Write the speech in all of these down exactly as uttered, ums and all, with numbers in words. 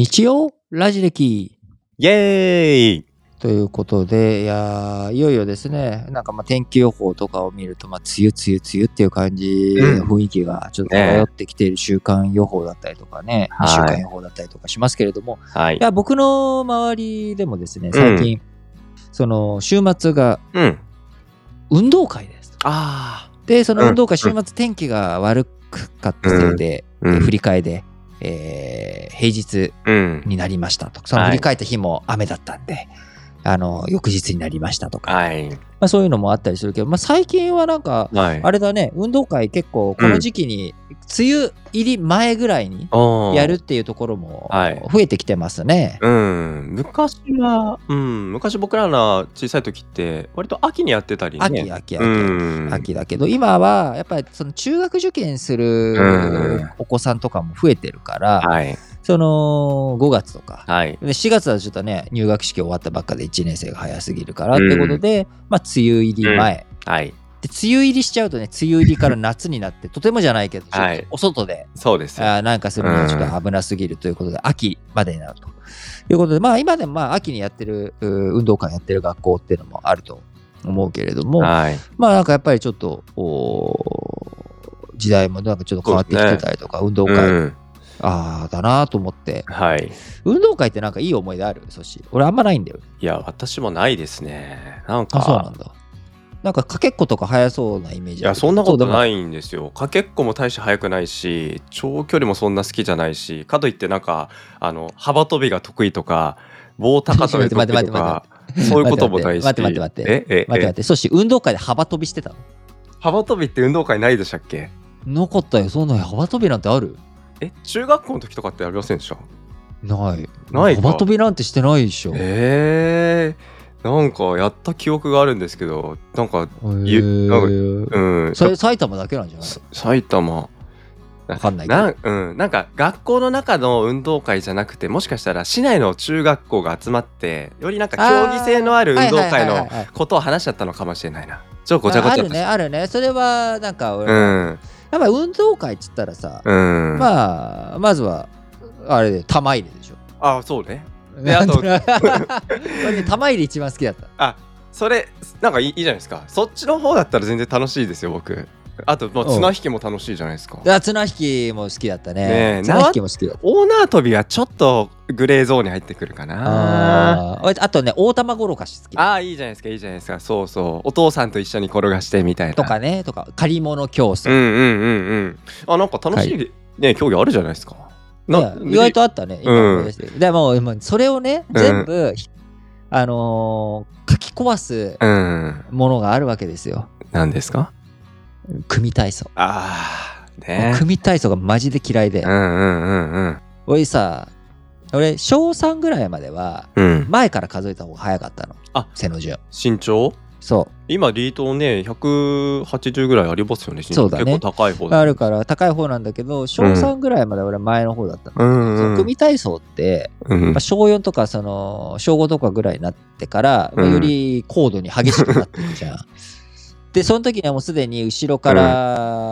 日曜ラジ歴イエーイということで、いやーいよいよですね、なんかまあ天気予報とかを見ると、まあ梅雨梅雨梅雨っていう感じの雰囲気がちょっと漂ってきている週間予報だったりとかね、 はいにしゅうかん予報だったりとかしますけれども、 はいいや僕の周りでもですね、最近、その週末がうん運動会です。 あで、その運動会、 うん週末天気が悪かったせいで、 うんうんえー振り替えで、えー平日ーうんになりましたと。その振り返った日も雨だったんで、あの翌日になりましたとか、 はいまあ、そういうのもあったりするけど、まあ、最近はなんかはいあれだね、運動会結構この時期に梅雨入り前ぐらいにやるっていうところもはい増えてきてますね。 うん昔はうん昔僕らの小さい時って割と秋にやってたりね秋秋秋、 うん秋だけど、今はやっぱりその中学受験すうるんお子さんとかも増えてるから、 はいそのごがつとかはいでしがつはちょっとね、入学式終わったばっかでいちねん生が早すぎるからってことで、まあ梅雨入り前、 はいで梅雨入りしちゃうとね、梅雨入りから夏になってとてもじゃないけど、ちょはいっとお外で、 そうですよあーなんかするのはちょっと危なすぎるということで、秋までになるということで、まあ今でもまあ秋にやってるうー運動会やってる学校っていうのもあると思うけれども、 はいまあなんかやっぱりちょっとおー時代もなんかちょっと変わってきてたりとか、運動会、 うんああだなと思って、 はい運動会ってなんかいい思い出ある？そし俺あんまないんだよ。 いや私もないですねなんあ、そうなかんだ。なんかかけっことか速そうなイメージある。 いやそんなことないい。 んですよ。かけっこも大して速くないし長距離もそんな好きじゃないしかといってなんかあの幅跳びが得意とか棒高跳び得意とかそういうこともないし待って待って待ってええ待って待って、そし運動会で幅跳びしてたの？ 幅跳びって運動会ないでしたっけ？ なかったよ。そんな幅跳びなんてある？ え中学校の時とかってやりませんでした？ ない。 ないか幅跳びなんてしてないでしょ。 えー、なんかやった記憶があるんですけどなんかへーなんかうんそれ埼玉だけなんじゃない？ 埼玉わかんないけど。 な,、うん、なんか学校の中の運動会じゃなくてもしかしたら市内の中学校が集まってよりなんか競技性のある運動会のことを話しちゃったのかもしれないな。ちょっとごちゃごちゃっとあるねあるね。それはなんか俺、 うんやっぱ運動会っつったらさ、 うんまあまずはあれで玉入れでしょ。 あそうねであと俺ね玉入れ一番好きだった。 あそれなんかいいいいじゃないですか。そっちの方だったら全然楽しいですよ僕。あともう綱引きも楽しいじゃないですか。 あ、綱引きも好きだったね。 ねえ綱引きも好きだった。 大縄跳びはちょっとグレーゾーンに入ってくるかな。 あーあとね、大玉転がし好き。 あーいいじゃないですかいいじゃないですか。そうそうお父さんと一緒に転がしてみたいなとかね、とか借り物競争。 うんうんうんうんあなんか楽しい、はい、ね競技あるじゃないですか。 な意外とあったね。今思い出して、うん、でもそれをね全部、うん、あのー、書き壊すものがあるわけですよ。 何ですか？ 組体操。 ああね組体操がマジで嫌いで、 うんうんうんうん俺さ俺しょうさんぐらいまでは前から数えた方が早かったの、 あ背の順。 身長そう今リートねひゃくはちじゅうぐらいありますよね。身長そうだね、 結構高い方だ、 あるから高い方なんだけどしょうさんぐらいまで俺前の方だったの、 うんうん、 その組体操って、うん、しょうよんとかそのしょうごとかぐらいになってから、うん、より高度に激しくなっていくじゃんでその時にはもうすでに後ろから、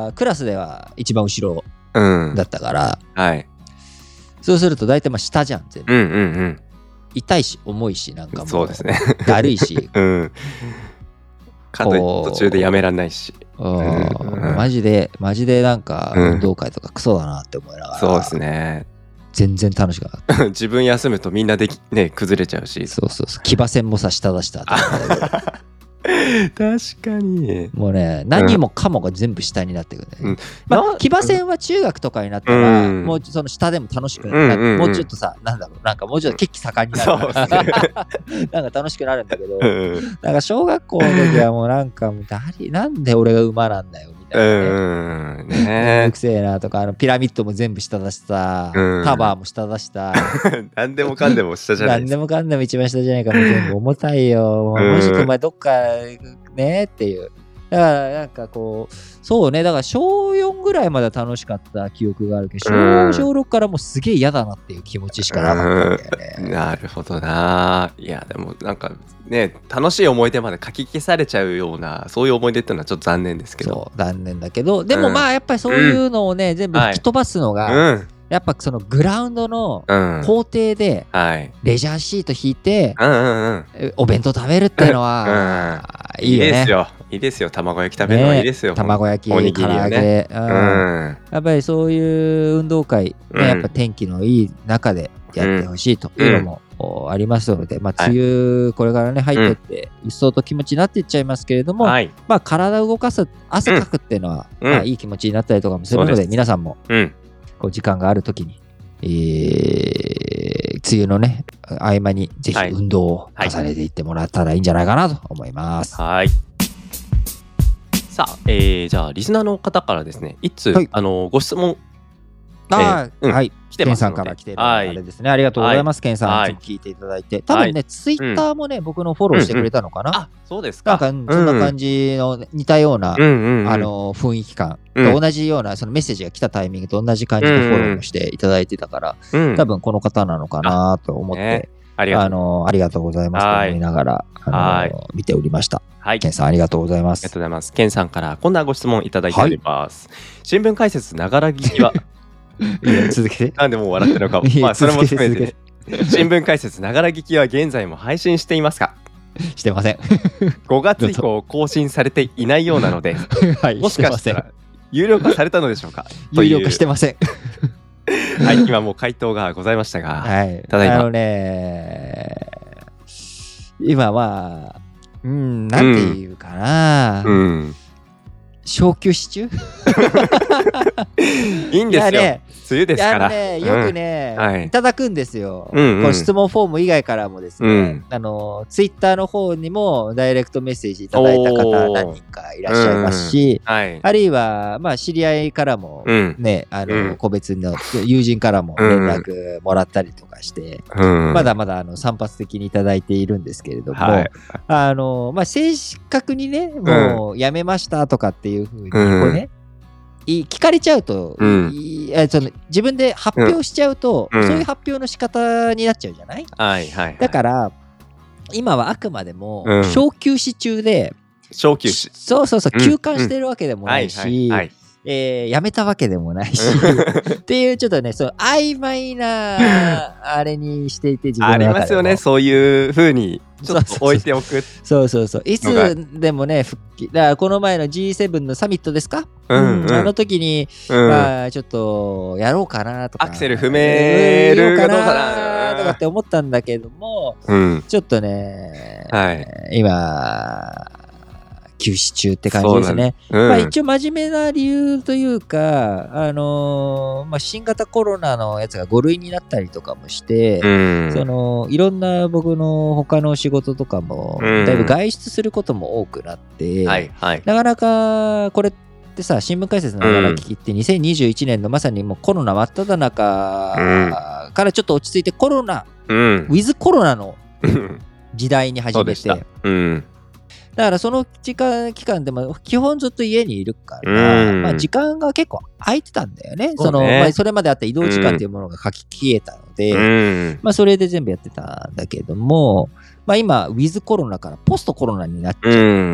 うん、クラスでは一番後ろだったから、 うん、はいそうすると大体まあ下じゃん全部、 うんうんうん、 痛いし重いしなんかもうそうですねだるいし、 うん、かといって途中でやめらんないし、 うん、マジでマジでなんか運動会とかクソだなって思いながら、 そうですね全然楽しくなかった自分休むとみんなでき、ね、崩れちゃうしそうそうそう騎馬戦もさ下出した確かにもうね何もかもが全部下になってくるね、うんまあ、騎馬戦は中学とかになったら、うん、もうその下でも楽しくなる、うんうんうん、もうちょっとさなんだろうなんかもうちょっと血気盛んになるから、ね、なんか楽しくなるんだけど、うん、なんか小学校の時はもうなんかもう誰なんで俺が馬なんだよみたいなね、うんねめんどくせえなとかあのピラミッドも全部下出した、うん、タワーも下出した何でもかんでも下じゃないですか何でもかんでも一番下じゃないかもう全部重たいよもうもうちょっとお前どっかねっていうだからなんかこうそうねだから小よんぐらいまで楽しかった記憶があるけど小、小ろくからもうすげえ嫌だなっていう気持ちしかなかったんだよね。 なるほどないやでもなんかね楽しい思い出までかき消されちゃうようなそういう思い出っていうのはちょっと残念ですけどそう残念だけどでもまあやっぱりそういうのをね、うん、全部吹き飛ばすのが、 はいうんやっぱそのグラウンドの校庭でレジャーシート引いてお弁当食べるっていうのはいいよね。 いいですよ。いいですよ。卵焼き食べるのはいいですよ。 卵焼き、唐揚げ、やっぱりそういう運動会ね、やっぱ天気のいい中でやってほしいというのもありますので、まあ梅雨これからね入ってって一層と気持ちになっていっちゃいますけれども、まあ体を動かす、汗かくっていうのはまあいい気持ちになったりとかもするので、皆さんもこう時間があるときに、えー、梅雨のね合間にぜひ運動を重ねていってもらったらいいんじゃないかなと思います。 はい。さあ、えー、じゃあリスナーの方からですね、いつ、はい、あのご質問あ、えーうん、はい、来てます。ケンさんから来てるあれですね。ありがとうございます。ケンさん、はい、聞いていただいて、多分ね、ツイッターもね、僕のフォローしてくれたのかな。 あ、そうですか。 なんかそんな感じの似たようなあの雰囲気感と同じようなそのメッセージが来たタイミングと同じ感じでフォローもしていただいてたから、多分この方なのかなと思って、あのありがとうございますと思いながらあの見ておりました。はい、ケンさんありがとうございます。 ありがとうございます。ケンさんからこんなご質問いただいております。新聞解説ながら聞きは。 いや続けて。 なんでもう笑ってるのか。まあそれも含めて。新聞解説ながら聞きは現在も配信していますか？ してません。 ごがつ以降更新されていないようなので、はい、もしかしたら有料化されたのでしょうか？ 有料化してません。 はい、今もう回答がございましたが、 はい、ただいまあのね、今は、うん、なんていうかな、うんうん小休止中いいんですよ。ね、梅雨ですから。 ね、よくね、うんはい、いただくんですよ、うんうん。この質問フォーム以外からもですね、うん、あのツイッターの方にもダイレクトメッセージいただいた方何人かいらっしゃいますし、うんはい、あるいはまあ知り合いからもね、うん、あの、うん、個別の友人からも連絡もらったりとかして、うん、まだまだあの散発的にいただいているんですけれども、はい、あのまあ正確にねもうやめましたとかっていういうふうにこうね、うん、聞かれちゃうと、うん、その自分で発表しちゃうと、うん、そういう発表の仕方になっちゃうじゃない、はいはいはい、だから今はあくまでも小休止中で、 うん、小休止そうそうそう休館してるわけでもないしえー、やめたわけでもないしっていうちょっとねそう曖昧なあれにしていて自分の中でもありますよねそういう風にちょっと置いておくそうそうそういつでもね復帰だからこの前の ジーセブン のサミットですか、うんうん、あの時に、うん、まあちょっとやろうかなとかアクセル踏めるかどうかなとかって思ったんだけども、うん、ちょっとね、はい、今休止中って感じですね。うんまあ、一応真面目な理由というか、あのーまあ、新型コロナのやつがご類になったりとかもして、うん、そのいろんな僕の他の仕事とかもだいぶ外出することも多くなって、うんはいはい、なかなかこれってさ新聞解説のながら聞きってにせんにじゅういちねんのまさにもうコロナ真っ只中からちょっと落ち着いてコロナ、うん、ウィズコロナの時代に始めて。だからその時間期間でも基本ずっと家にいるから、まあ、時間が結構空いてたんだよね。そのまあ、それまであった移動時間っていうものが書き消えたので、まあ、それで全部やってたんだけども、まあ、今ウィズコロナからポストコロナになっちゃって、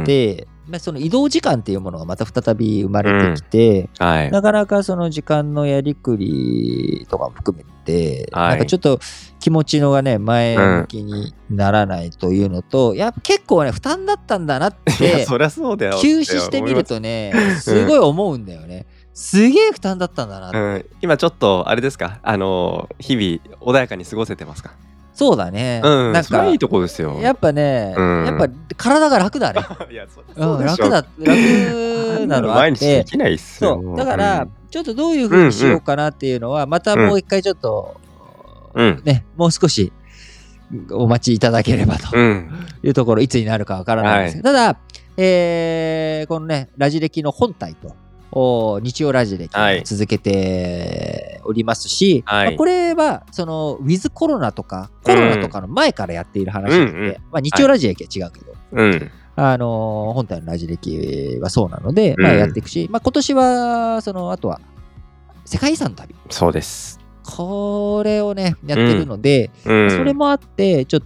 まあ、その移動時間っていうものがまた再び生まれてきて、うんはい、なかなかその時間のやりくりとかも含めて、はい、なんかちょっと気持ちのがね前向きにならないというのと、うん、やっぱ結構ね負担だったんだなってそりゃそうだよ休止してみるとねすごい思うんだよね、うん、すげえ負担だったんだなって、うん、 今ちょっとあれですかあの日々穏やかに過ごせてますか？ そうだね。 うん、なんかいいとこですよ。 やっぱね、うん、やっぱ体が楽だね。いやそうでしょ、うん、楽だ楽なのあって。 毎日できないっすよ。 そうだから、うん、ちょっとどういう風にしようかなっていうのは、またもう一回ちょっと、うん、ねもう少しお待ちいただければというところ、いつになるかわからないんですけど、はい、ただ、えー、このねラジ歴の本体と。日曜ラジ歴を続けておりますし、はいまあ、これはそのウィズコロナとかコロナとかの前からやっている話なので、うんうんまあ、日曜ラジ歴は違うけど、はいあのー、本体のラジ歴はそうなので、まあ、やっていくし、まあ、今年はそのあとは世界遺産の旅そうですこれをねやってるので、うん、それもあってちょっと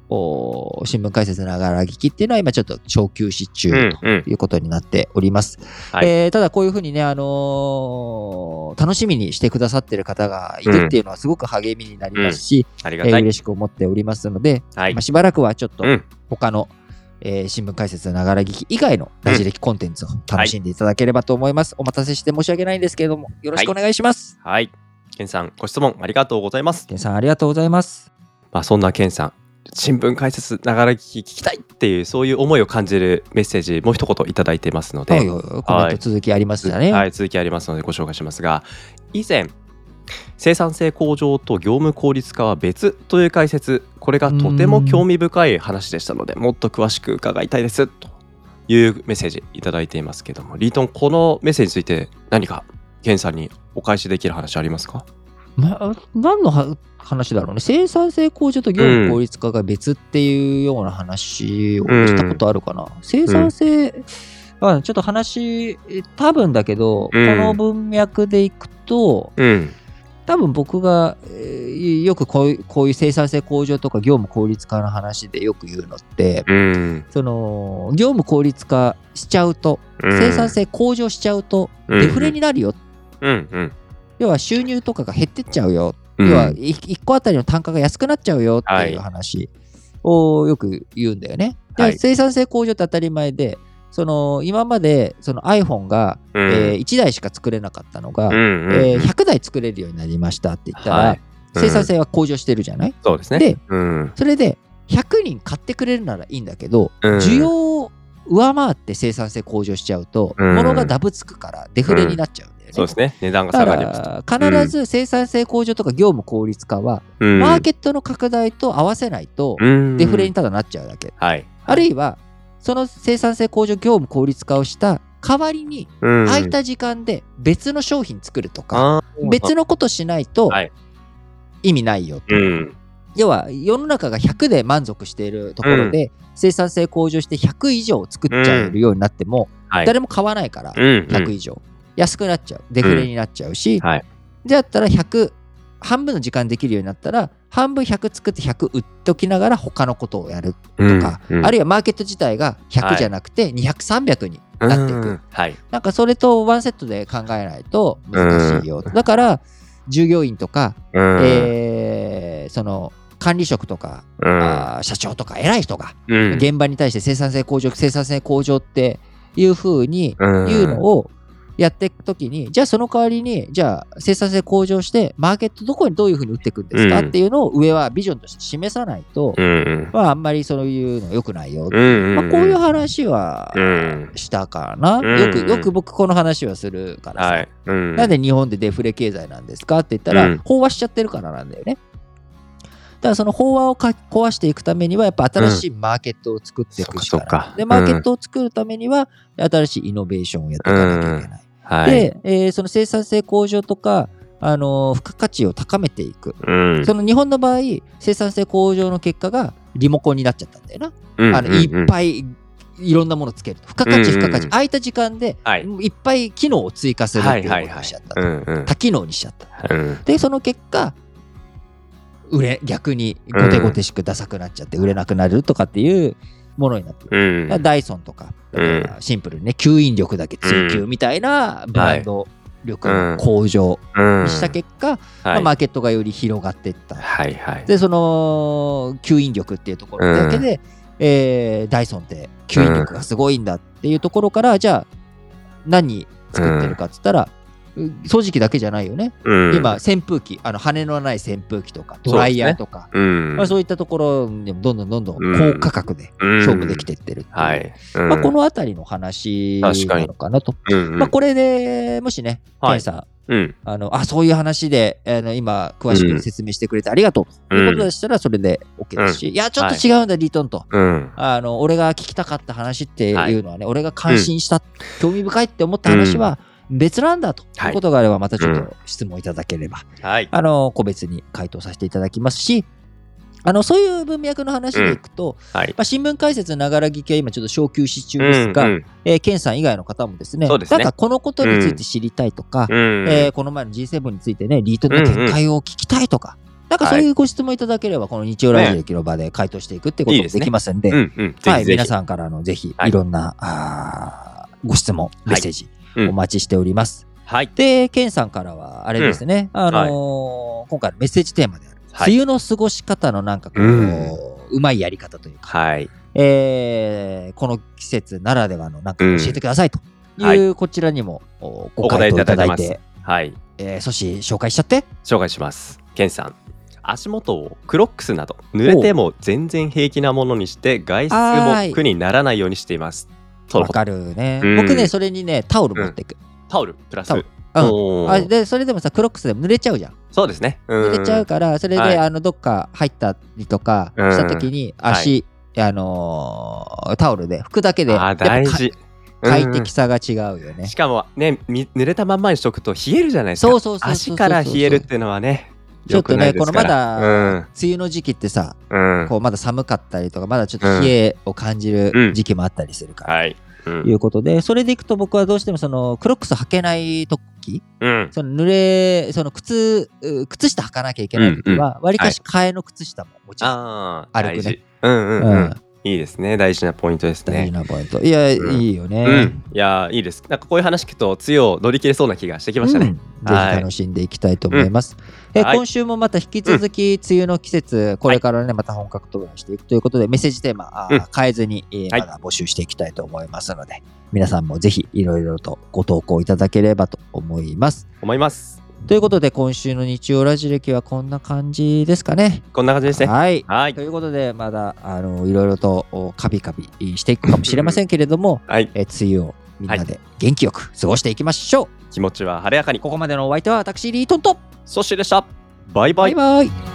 お新聞解説ながら聞きっていうのは今ちょっと小休止中ということになっております。うんうんえー、ただこういうふうにね、あのー、楽しみにしてくださってる方がいるっていうのはすごく励みになりますし、うんうん、ありがたい、えー、嬉しく思っておりますので、はいまあ、しばらくはちょっと他の、うんえー、新聞解説ながら聞き以外のラジ歴コンテンツを楽しんでいただければと思います。うんはい、お待たせして申し訳ないんですけれども、よろしくお願いします。 はい。はい、ケンさん、ご質問ありがとうございます。 ケンさん、ありがとうございます。 まあ、そんなケンさん、新聞解説ながら聞き聞きたいっていうそういう思いを感じるメッセージもう一言いただいてますので、 はいはい、コメント続きありますよね。 はい、続きありますのでご紹介しますが、以前生産性向上と業務効率化は別という解説、これがとても興味深い話でしたのでもっと詳しく伺いたいですというメッセージいただいていますけども、リートン、このメッセージについて何かケンさんにお返しできる話ありますか？ まあ、何の話だろうね。生産性向上と業務効率化が別っていうような話をしたことあるかな。うん、生産性、うん、ちょっと話多分だけど、うん、この文脈でいくと、うん、多分僕が、えー、よくこういう、こういう生産性向上とか業務効率化の話でよく言うのって、うん、その業務効率化しちゃうと、うん、生産性向上しちゃうとデフレになるよ、うんうん要は収入とかが減ってっちゃうよ、うん、要はいっこあたりの単価が安くなっちゃうよっていう話をよく言うんだよね。で、はい、生産性向上って当たり前で、その今までその iPhone が、うんえー、いちだいしか作れなかったのが、うんうんうんえー、ひゃくだい作れるようになりましたって言ったら、はいうん、生産性は向上してるじゃない？ そうですね。 で、 うん、 それでひゃくにん買ってくれるならいいんだけど、うん、需要を上回って生産性向上しちゃうと、うん、物がダブつくからデフレになっちゃう。うんそうですね。値段が下がりますと。必ず生産性向上とか業務効率化は、うん、マーケットの拡大と合わせないとデフレにただなっちゃうだけ。うんはい、あるいはその生産性向上業務効率化をした代わりに空いた時間で別の商品作るとか、うん、別のことしないと意味ないよと。はいうん要は世の中がひゃくで満足しているところで、うん、生産性向上してひゃく以上作っちゃえるようになっても、うん、誰も買わないから、はい、ひゃく以上。安くなっちゃう。デフレになっちゃうし、うんはい、であったらひゃく、半分の時間できるようになったら、半分ひゃく作ってひゃく売っときながら他のことをやるとか、うんうん、あるいはマーケット自体がひゃくじゃなくてにひゃく、さんびゃくになっていく。うんはい、なんかそれとワンセットで考えないと難しいよ。うん、だから、従業員とか、うんえー、その管理職とか、うん、あ社長とか偉い人が、うん、現場に対して生産性向上、生産性向上っていうふうに言うのを、やっていくときに、じゃあその代わりに、じゃあ生産性向上して、マーケットどこにどういうふうに打っていくんですか、うん、っていうのを上はビジョンとして示さないと、うん、まああんまりそういうの良くないよ。うんまあ、こういう話はしたかな、うん。よく、よく僕この話はするからさ、はいうん、なんで日本でデフレ経済なんですかって言ったら、うん、飽和しちゃってるからなんだよね。だからその飽和をか壊していくためにはやっぱ新しいマーケットを作っていくしかない、うん、でマーケットを作るためには新しいイノベーションをやっていかなきゃいけない、うんはい、で、えー、その生産性向上とか、あのー、付加価値を高めていく、うん、その日本の場合生産性向上の結果がリモコンになっちゃったんだよな、うん、あのいっぱいいろんなものつけると付加価値付加価値、空いた時間でいっぱい機能を追加するっていうことにしちゃったと、多機能にしちゃった、うん、でその結果売れ逆にゴテゴテしくダサくなっちゃって売れなくなるとかっていうものになってる、うん、ダイソンとか、うん、シンプルにね吸引力だけ追求みたいなブランド力の向上にした結果、うんまあ、マーケットがより広がっていった、はいはい、でその吸引力っていうところだけで、うんえー、ダイソンって吸引力がすごいんだっていうところから、うん、じゃあ何作ってるかっつったら、掃除機だけじゃないよね、うん、今扇風機あの羽のない扇風機とかドライヤーとかそう、ねうんまあ、そういったところでもどんどんどんどん高価格で勝負できていってるっていう、うんはいうんまあ、このあたりの話なのかなと、うんうんまあ、これでもしねケンさん、はいうん、あのあそういう話であの今詳しく説明してくれてありがとうということでしたらそれで OK ですし、うん、いやちょっと違うんだ、はい、リートンと、うん、あの俺が聞きたかった話っていうのはね、はい、俺が関心した、うん、興味深いって思った話は、うん別なんだということがあればまたちょっと質問いただければ、はい、あの個別に回答させていただきますしあのそういう文脈の話でいくと、うんはいまあ、新聞解説ながら聞きは今ちょっと小休止中ですが、うんうんえー、ケンさん以外の方もですね、そうですねなんかこのことについて知りたいとか、うんえー、この前の ジーセブン についてねリートの見解を聞きたいとか、 なんかそういうご質問いただければ、この日曜ラジオ歴の場で回答していくってこともできますんで、 うんうん、 はい、皆さんからのぜひいろんな、あご質問、メッセージお待ちしております。はい。で、ケンさんからはあれですね、あの今回のメッセージテーマである、梅雨の過ごし方のなんかこう、うまいやり方というか、はい、えー、この季節ならではのなんか教えてくださいという、こちらにもご回答いただいて、はい、えー、そし紹介しちゃって。 紹介します。ケンさん、足元をクロックスなど濡れても全然平気なものにして外出も苦にならないようにしています。 わかるね、うん、僕ねそれにねタオル持っていく、うん、 タオルプラス、 うん、あでそれでもさクロックスでも濡れちゃうじゃん。 そうですね、 うん、濡れちゃうからそれで、はい、あのどっか入ったりとかした時に足、はい、あのー、タオルで拭くだけであ大事、 快適さが違うよね。 しかもね濡れたまんまにしとくと冷えるじゃないですか。そうそうそうそう足から冷えるっていうのはねちょっとねこのまだ、うん、梅雨の時期ってさ、うん、こうまだ寒かったりとかまだちょっと冷えを感じる時期もあったりするから、うんはいうん、いうことでそれでいくと僕はどうしてもそのクロックス履けない時、うん、その濡れその靴靴下履かなきゃいけない時はわり、うんうん、かし替えの靴下ももちろん歩くね。 うんうんうんうんいいですね。大事なポイントですね。 大事なポイント。いや、うん、いいよね、うん。 いや、いいです。なんかこういう話聞くと、梅雨を乗り切れそうな気がしてきましたね。うん、ぜひ楽しんでいきたいと思います。うん、え今週もまた引き続き、梅雨の季節、これからね、また本格登場していくということで、メッセージテーマ、あ変えずに、えー、まだ募集していきたいと思いますので、皆さんもぜひいろいろとご投稿いただければと思います。 思います。 ということで今週の日曜ラジ歴はこんな感じですかね。 こんな感じですね。 はい。はい、ということでまだあのいろいろとカビカビしていくかもしれませんけれども、はい、え梅雨をみんなで元気よく過ごしていきましょう。はい、 気持ちは晴れやかに。 ここまでのお相手は私リートンとソッシーでした。バイバイ。 バイバイ。